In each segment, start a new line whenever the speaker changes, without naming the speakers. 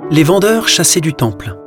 Les vendeurs chassaient du temple.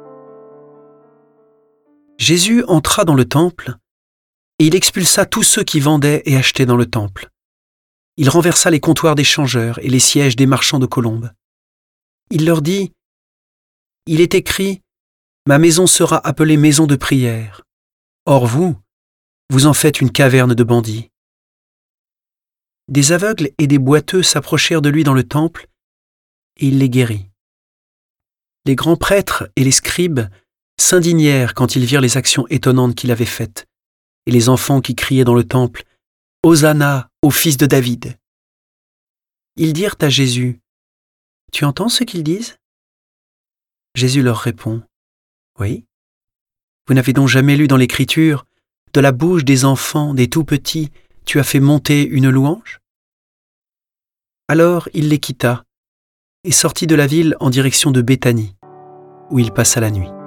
Jésus entra dans le temple et il expulsa tous ceux qui vendaient et achetaient dans le temple. Il renversa les comptoirs des changeurs et les sièges des marchands de colombes. Il leur dit : « Il est écrit, ma maison sera appelée maison de prière. Or vous, vous en faites une caverne de bandits. » Des aveugles et des boiteux s'approchèrent de lui dans le temple et il les guérit. Les grands prêtres et les scribes s'indignèrent quand ils virent les actions étonnantes qu'il avait faites, et les enfants qui criaient dans le temple « Hosanna au fils de David !» Ils dirent à Jésus : « Tu entends ce qu'ils disent ?» Jésus leur répond : « Oui. Vous n'avez donc jamais lu dans l'Écriture : de la bouche des enfants, des tout-petits, tu as fait monter une louange ?» Alors il les quitta et sortit de la ville en direction de Béthanie, où il passa la nuit.